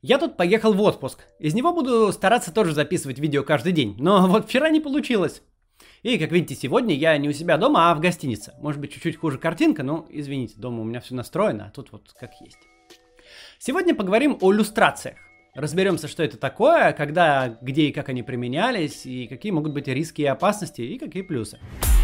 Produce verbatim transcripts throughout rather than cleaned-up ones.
Я тут поехал в отпуск. Из него буду стараться тоже записывать видео каждый день. Но вот вчера не получилось. И, как видите, сегодня я не у себя дома, а в гостинице. Может быть, чуть-чуть хуже картинка, но извините, дома у меня все настроено, а тут вот как есть. Сегодня поговорим о люстрациях. Разберемся, что это такое, когда, где и как они применялись, и какие могут быть риски и опасности, и какие плюсы.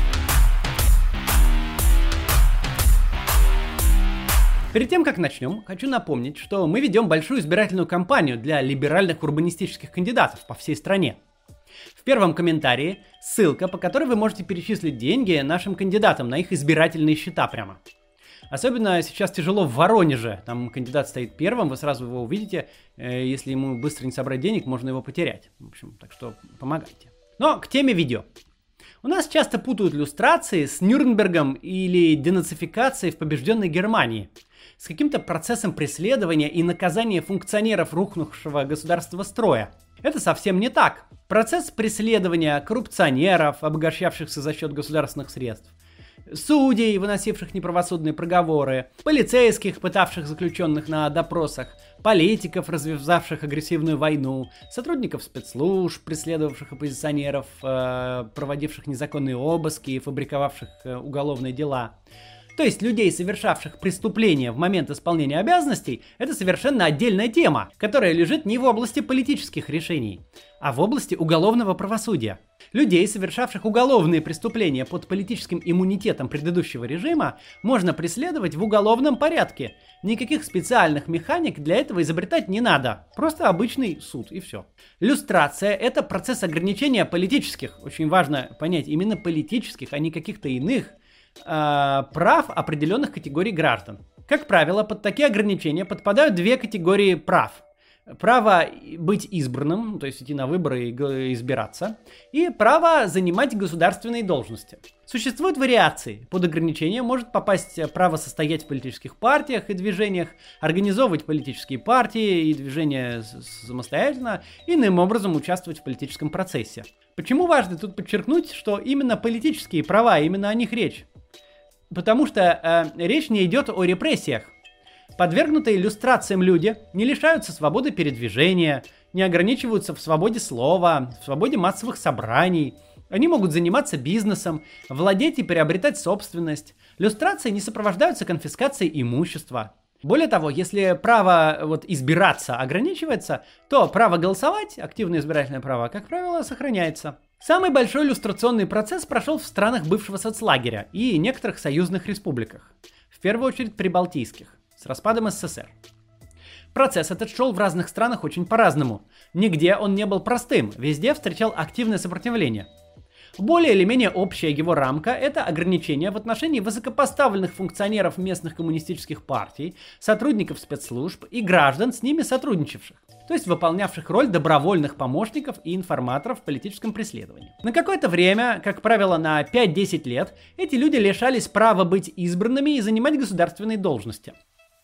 Перед тем, как начнем, хочу напомнить, что мы ведем большую избирательную кампанию для либеральных урбанистических кандидатов по всей стране. В первом комментарии ссылка, по которой вы можете перечислить деньги нашим кандидатам на их избирательные счета прямо. Особенно сейчас тяжело в Воронеже, там кандидат стоит первым, вы сразу его увидите, если ему быстро не собрать денег, можно его потерять. В общем, так что помогайте. Но к теме видео. У нас часто путают люстрации с Нюрнбергом или денацификацией в побежденной Германии, с каким-то процессом преследования и наказания функционеров рухнувшего государственного строя. Это совсем не так. Процесс преследования коррупционеров, обогащавшихся за счет государственных средств, судей, выносивших неправосудные приговоры, полицейских, пытавших заключенных на допросах, политиков, развязавших агрессивную войну, сотрудников спецслужб, преследовавших оппозиционеров, проводивших незаконные обыски и фабриковавших уголовные дела. То есть людей, совершавших преступления в момент исполнения обязанностей, это совершенно отдельная тема, которая лежит не в области политических решений, а в области уголовного правосудия. Людей, совершавших уголовные преступления под политическим иммунитетом предыдущего режима, можно преследовать в уголовном порядке. Никаких специальных механик для этого изобретать не надо. Просто обычный суд и все. Люстрация – это процесс ограничения политических, очень важно понять, именно политических, а не каких-то иных, э, прав определенных категорий граждан. Как правило, под такие ограничения подпадают две категории прав. Право быть избранным, то есть идти на выборы и избираться, и право занимать государственные должности. Существуют вариации. Под ограничение может попасть право состоять в политических партиях и движениях, организовывать политические партии и движения самостоятельно, и иным образом участвовать в политическом процессе. Почему важно тут подчеркнуть, что именно политические права, именно о них речь? Потому что э, речь не идет о репрессиях. Подвергнутые люстрациям люди не лишаются свободы передвижения, не ограничиваются в свободе слова, в свободе массовых собраний. Они могут заниматься бизнесом, владеть и приобретать собственность. Люстрации не сопровождаются конфискацией имущества. Более того, если право вот, избираться ограничивается, то право голосовать, активное избирательное право, как правило, сохраняется. Самый большой люстрационный процесс прошел в странах бывшего соцлагеря и некоторых союзных республиках. В первую очередь прибалтийских. С распадом СССР. Процесс этот шел в разных странах очень по-разному. Нигде он не был простым, везде встречал активное сопротивление. Более или менее общая его рамка – это ограничения в отношении высокопоставленных функционеров местных коммунистических партий, сотрудников спецслужб и граждан, с ними сотрудничавших, то есть выполнявших роль добровольных помощников и информаторов в политическом преследовании. На какое-то время, как правило на пять-десять лет, эти люди лишались права быть избранными и занимать государственные должности.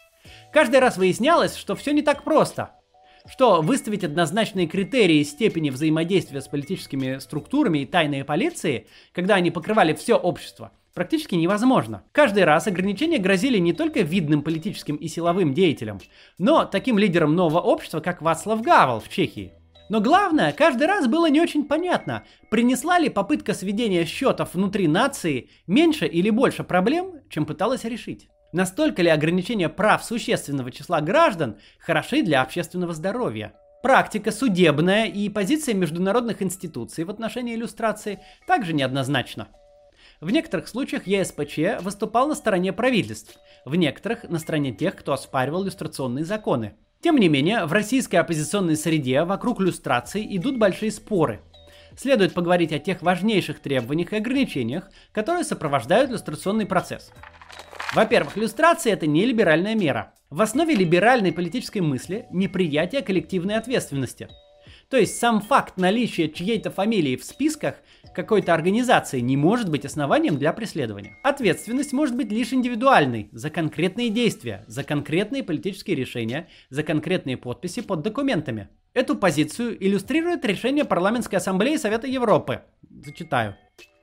Каждый раз выяснялось, что все не так просто, что выставить однозначные критерии степени взаимодействия с политическими структурами и тайной полицией, когда они покрывали все общество, практически невозможно. Каждый раз ограничения грозили не только видным политическим и силовым деятелям, но таким лидерам нового общества, как Вацлав Гавел в Чехии. Но главное, каждый раз было не очень понятно, принесла ли попытка сведения счетов внутри нации меньше или больше проблем, чем пыталась решить. Настолько ли ограничения прав существенного числа граждан хороши для общественного здоровья? Практика судебная и позиция международных институций в отношении иллюстрации также неоднозначна. В некоторых случаях ЕСПЧ выступал на стороне правительств, в некоторых на стороне тех, кто оспаривал люстрационные законы. Тем не менее, в российской оппозиционной среде вокруг люстрации идут большие споры. Следует поговорить о тех важнейших требованиях и ограничениях, которые сопровождают люстрационный процесс. Во-первых, люстрация – это не либеральная мера. В основе либеральной политической мысли – неприятие коллективной ответственности. То есть сам факт наличия чьей-то фамилии в списках какой-то организации не может быть основанием для преследования. Ответственность может быть лишь индивидуальной, за конкретные действия, за конкретные политические решения, за конкретные подписи под документами. Эту позицию иллюстрирует решение Парламентской ассамблеи Совета Европы. Зачитаю.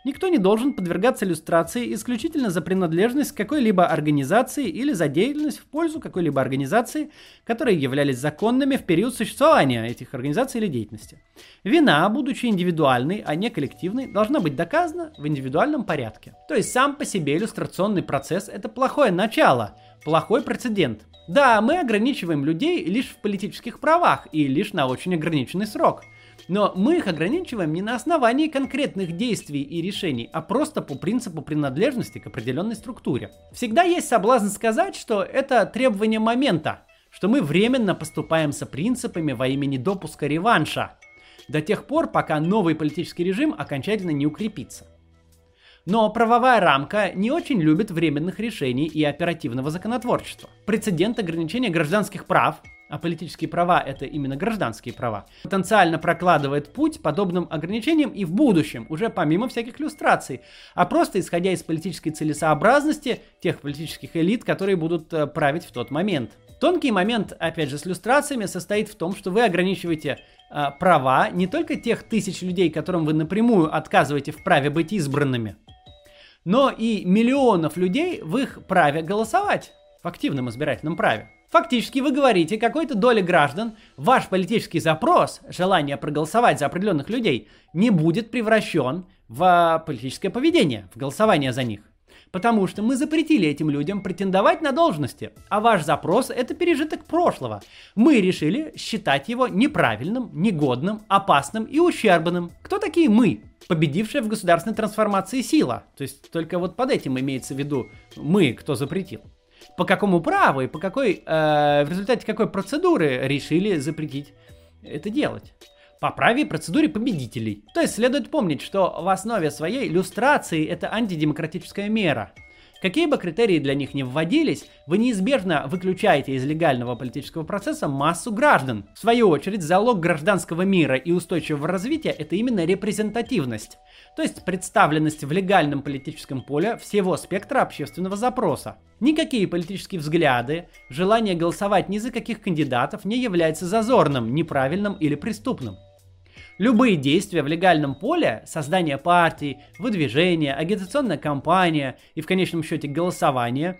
Никто не должен подвергаться люстрации исключительно за принадлежность к какой-либо организации или за деятельность в пользу какой-либо организации, которые являлись законными в период существования этих организаций или деятельности. Вина, будучи индивидуальной, а не коллективной, должна быть доказана в индивидуальном порядке. То есть сам по себе иллюстрационный процесс – это плохое начало, плохой прецедент. Да, мы ограничиваем людей лишь в политических правах и лишь на очень ограниченный срок. Но мы их ограничиваем не на основании конкретных действий и решений, а просто по принципу принадлежности к определенной структуре. Всегда есть соблазн сказать, что это требование момента, что мы временно поступаемся принципами во имя недопуска реванша, до тех пор, пока новый политический режим окончательно не укрепится. Но правовая рамка не очень любит временных решений и оперативного законотворчества. Прецедент ограничения гражданских прав, а политические права — это именно гражданские права, потенциально прокладывает путь подобным ограничениям и в будущем, уже помимо всяких люстраций, а просто исходя из политической целесообразности тех политических элит, которые будут править в тот момент. Тонкий момент, опять же, с люстрациями состоит в том, что вы ограничиваете э, права не только тех тысяч людей, которым вы напрямую отказываете в праве быть избранными, но и миллионов людей в их праве голосовать, в активном избирательном праве. Фактически вы говорите какой-то доле граждан, ваш политический запрос, желание проголосовать за определенных людей, не будет превращен в политическое поведение, в голосование за них. Потому что мы запретили этим людям претендовать на должности, а ваш запрос – это пережиток прошлого. Мы решили считать его неправильным, негодным, опасным и ущербным. Кто такие мы? Победившая в государственной трансформации сила. То есть только вот под этим имеется в виду мы, кто запретил. По какому праву и по какой, э, в результате какой процедуры решили запретить это делать? По праве и процедуре победителей. То есть следует помнить, что в основе своей люстрации это антидемократическая мера. Какие бы критерии для них ни вводились, вы неизбежно выключаете из легального политического процесса массу граждан. В свою очередь, залог гражданского мира и устойчивого развития – это именно репрезентативность, то есть представленность в легальном политическом поле всего спектра общественного запроса. Никакие политические взгляды, желание голосовать ни за каких кандидатов не является зазорным, неправильным или преступным. Любые действия в легальном поле, создание партий, выдвижение, агитационная кампания и в конечном счете голосование,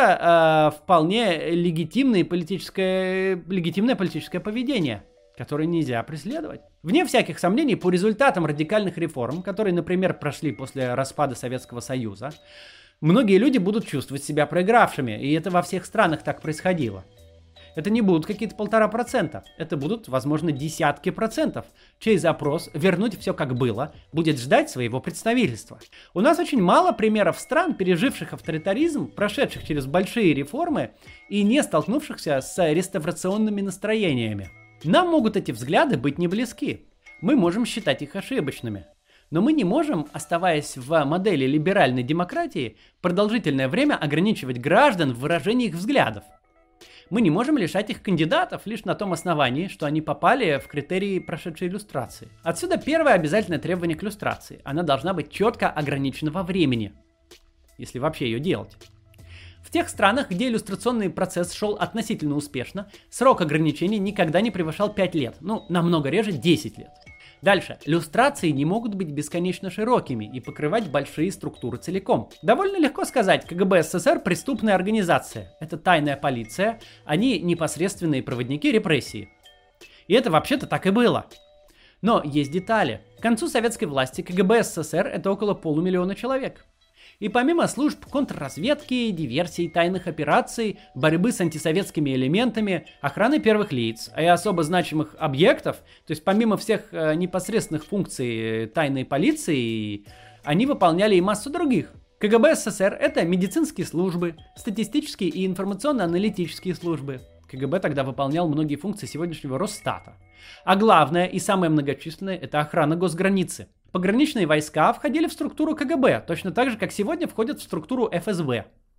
это э, вполне легитимное политическое, легитимное политическое поведение, которое нельзя преследовать. Вне всяких сомнений, по результатам радикальных реформ, которые, например, прошли после распада Советского Союза, многие люди будут чувствовать себя проигравшими, и это во всех странах так происходило. Это не будут какие-то полтора процента, это будут, возможно, десятки процентов, чей запрос вернуть все как было будет ждать своего представительства. У нас очень мало примеров стран, переживших авторитаризм, прошедших через большие реформы и не столкнувшихся с реставрационными настроениями. Нам могут эти взгляды быть не близки, мы можем считать их ошибочными. Но мы не можем, оставаясь в модели либеральной демократии, продолжительное время ограничивать граждан в выражении их взглядов. Мы не можем лишать их кандидатов лишь на том основании, что они попали в критерии прошедшей иллюстрации. Отсюда первое обязательное требование к иллюстрации. Она должна быть четко ограничена во времени, если вообще ее делать. В тех странах, где иллюстрационный процесс шел относительно успешно, срок ограничения никогда не превышал пять лет, ну, намного реже десять лет. Дальше. Люстрации не могут быть бесконечно широкими и покрывать большие структуры целиком. Довольно легко сказать, КГБ СССР – преступная организация. Это тайная полиция, они непосредственные проводники репрессий. И это вообще-то так и было. Но есть детали. К концу советской власти КГБ СССР – это около полумиллиона человек. И помимо служб контрразведки, диверсий, тайных операций, борьбы с антисоветскими элементами, охраны первых лиц и особо значимых объектов, то есть помимо всех э, непосредственных функций тайной полиции, они выполняли и массу других. КГБ СССР – это медицинские службы, статистические и информационно-аналитические службы. КГБ тогда выполнял многие функции сегодняшнего Росстата. А главное и самое многочисленное – это охрана госграницы. Пограничные войска входили в структуру КГБ, точно так же, как сегодня входят в структуру эф эс бэ.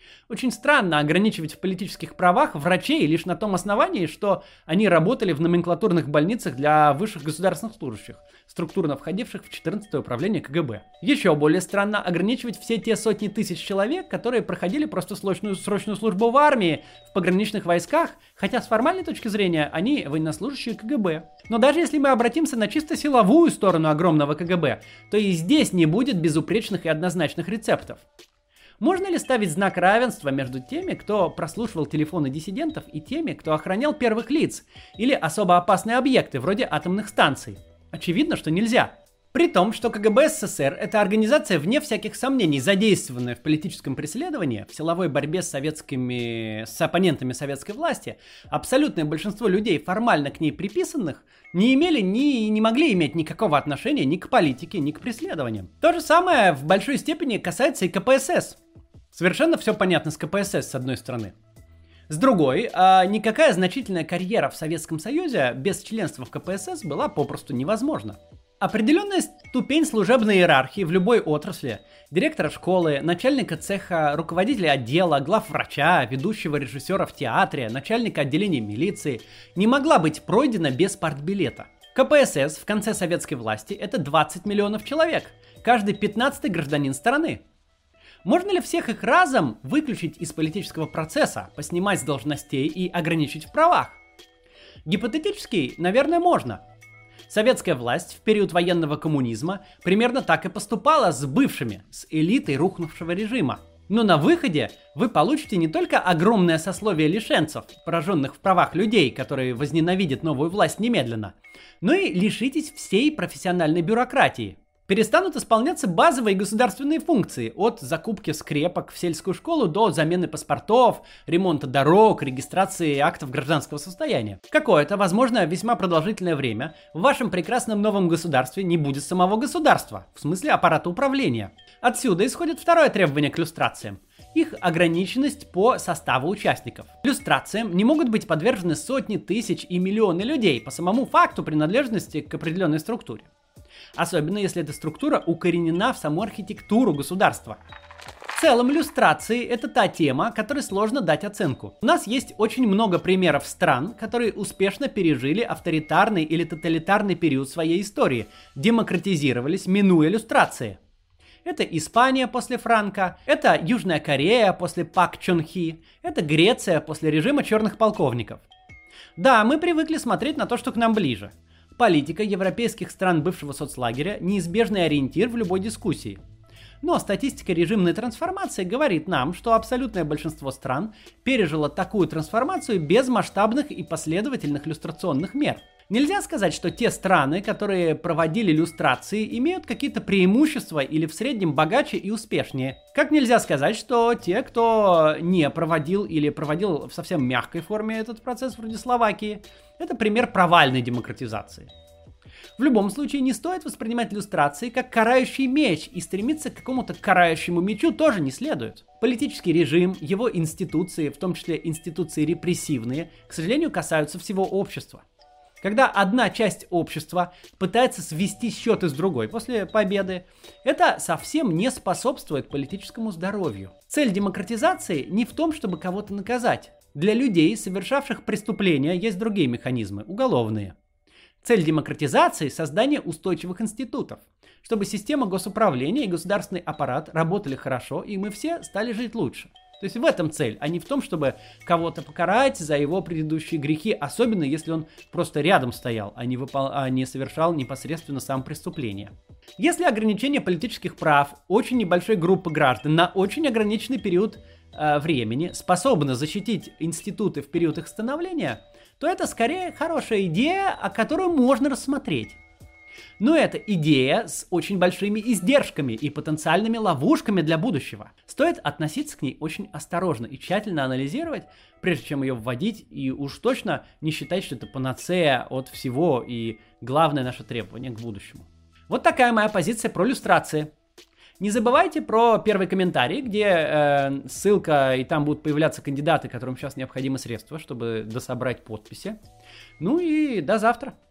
Очень странно ограничивать в политических правах врачей лишь на том основании, что они работали в номенклатурных больницах для высших государственных служащих, структурно входивших в четырнадцатое управление ка гэ бэ. Еще более странно ограничивать все те сотни тысяч человек, которые проходили просто срочную, срочную службу в армии, в пограничных войсках, хотя с формальной точки зрения они военнослужащие ка гэ бэ. Но даже если мы обратимся на чисто силовую сторону огромного ка гэ бэ, то и здесь не будет безупречных и однозначных рецептов. Можно ли ставить знак равенства между теми, кто прослушивал телефоны диссидентов, и теми, кто охранял первых лиц или особо опасные объекты, вроде атомных станций? Очевидно, что нельзя. При том, что ка гэ бэ эс эс эс эр – это организация, вне всяких сомнений, задействованная в политическом преследовании, в силовой борьбе с советскими, с оппонентами советской власти, абсолютное большинство людей, формально к ней приписанных, не имели ни не могли иметь никакого отношения ни к политике, ни к преследованиям. То же самое в большой степени касается и ка пэ эс эс. Совершенно все понятно с ка пэ эс эс с одной стороны. С другой, а никакая значительная карьера в Советском Союзе без членства в ка пэ эс эс была попросту невозможна. Определенная ступень служебной иерархии в любой отрасли, директора школы, начальника цеха, руководителя отдела, главврача, ведущего режиссера в театре, начальника отделения милиции, не могла быть пройдена без партбилета. ка пэ эс эс в конце советской власти – это двадцать миллионов человек, каждый пятнадцатый гражданин страны. Можно ли всех их разом выключить из политического процесса, поснимать с должностей и ограничить в правах? Гипотетически, наверное, можно. Советская власть в период военного коммунизма примерно так и поступала с бывшими, с элитой рухнувшего режима. Но на выходе вы получите не только огромное сословие лишенцев, пораженных в правах людей, которые возненавидят новую власть немедленно, но и лишитесь всей профессиональной бюрократии. Перестанут исполняться базовые государственные функции, от закупки скрепок в сельскую школу до замены паспортов, ремонта дорог, регистрации актов гражданского состояния. Какое-то, возможно, весьма продолжительное время в вашем прекрасном новом государстве не будет самого государства, в смысле аппарата управления. Отсюда исходит второе требование к люстрациям. Их ограниченность по составу участников. Люстрациям не могут быть подвержены сотни тысяч и миллионы людей по самому факту принадлежности к определенной структуре. Особенно если эта структура укоренена в саму архитектуру государства. В целом, люстрации – это та тема, которой сложно дать оценку. У нас есть очень много примеров стран, которые успешно пережили авторитарный или тоталитарный период своей истории, демократизировались, минуя люстрации. Это Испания после Франко, это Южная Корея после Пак Чон Хи, это Греция после режима черных полковников. Да, мы привыкли смотреть на то, что к нам ближе. Политика европейских стран бывшего соцлагеря – неизбежный ориентир в любой дискуссии. Но статистика режимной трансформации говорит нам, что абсолютное большинство стран пережило такую трансформацию без масштабных и последовательных люстрационных мер. Нельзя сказать, что те страны, которые проводили люстрации, имеют какие-то преимущества или в среднем богаче и успешнее. Как нельзя сказать, что те, кто не проводил или проводил в совсем мягкой форме этот процесс, вроде Словакии, это пример провальной демократизации. В любом случае не стоит воспринимать люстрации как карающий меч, и стремиться к какому-то карающему мечу тоже не следует. Политический режим, его институции, в том числе институции репрессивные, к сожалению, касаются всего общества. Когда одна часть общества пытается свести счеты с другой после победы, это совсем не способствует политическому здоровью. Цель демократизации не в том, чтобы кого-то наказать. Для людей, совершавших преступления, есть другие механизмы, уголовные. Цель демократизации – создание устойчивых институтов, чтобы система госуправления и государственный аппарат работали хорошо, и мы все стали жить лучше. То есть в этом цель, а не в том, чтобы кого-то покарать за его предыдущие грехи, особенно если он просто рядом стоял, а не, выпол... а не совершал непосредственно сам преступление. Если ограничение политических прав очень небольшой группы граждан на очень ограниченный период э, времени способно защитить институты в период их становления, то это скорее хорошая идея, о которой можно рассмотреть. Но это идея с очень большими издержками и потенциальными ловушками для будущего. Стоит относиться к ней очень осторожно и тщательно анализировать, прежде чем ее вводить, и уж точно не считать, что это панацея от всего и главное наше требование к будущему. Вот такая моя позиция про люстрации. Не забывайте про первый комментарий, где э, ссылка, и там будут появляться кандидаты, которым сейчас необходимы средства, чтобы дособрать подписи. Ну и до завтра.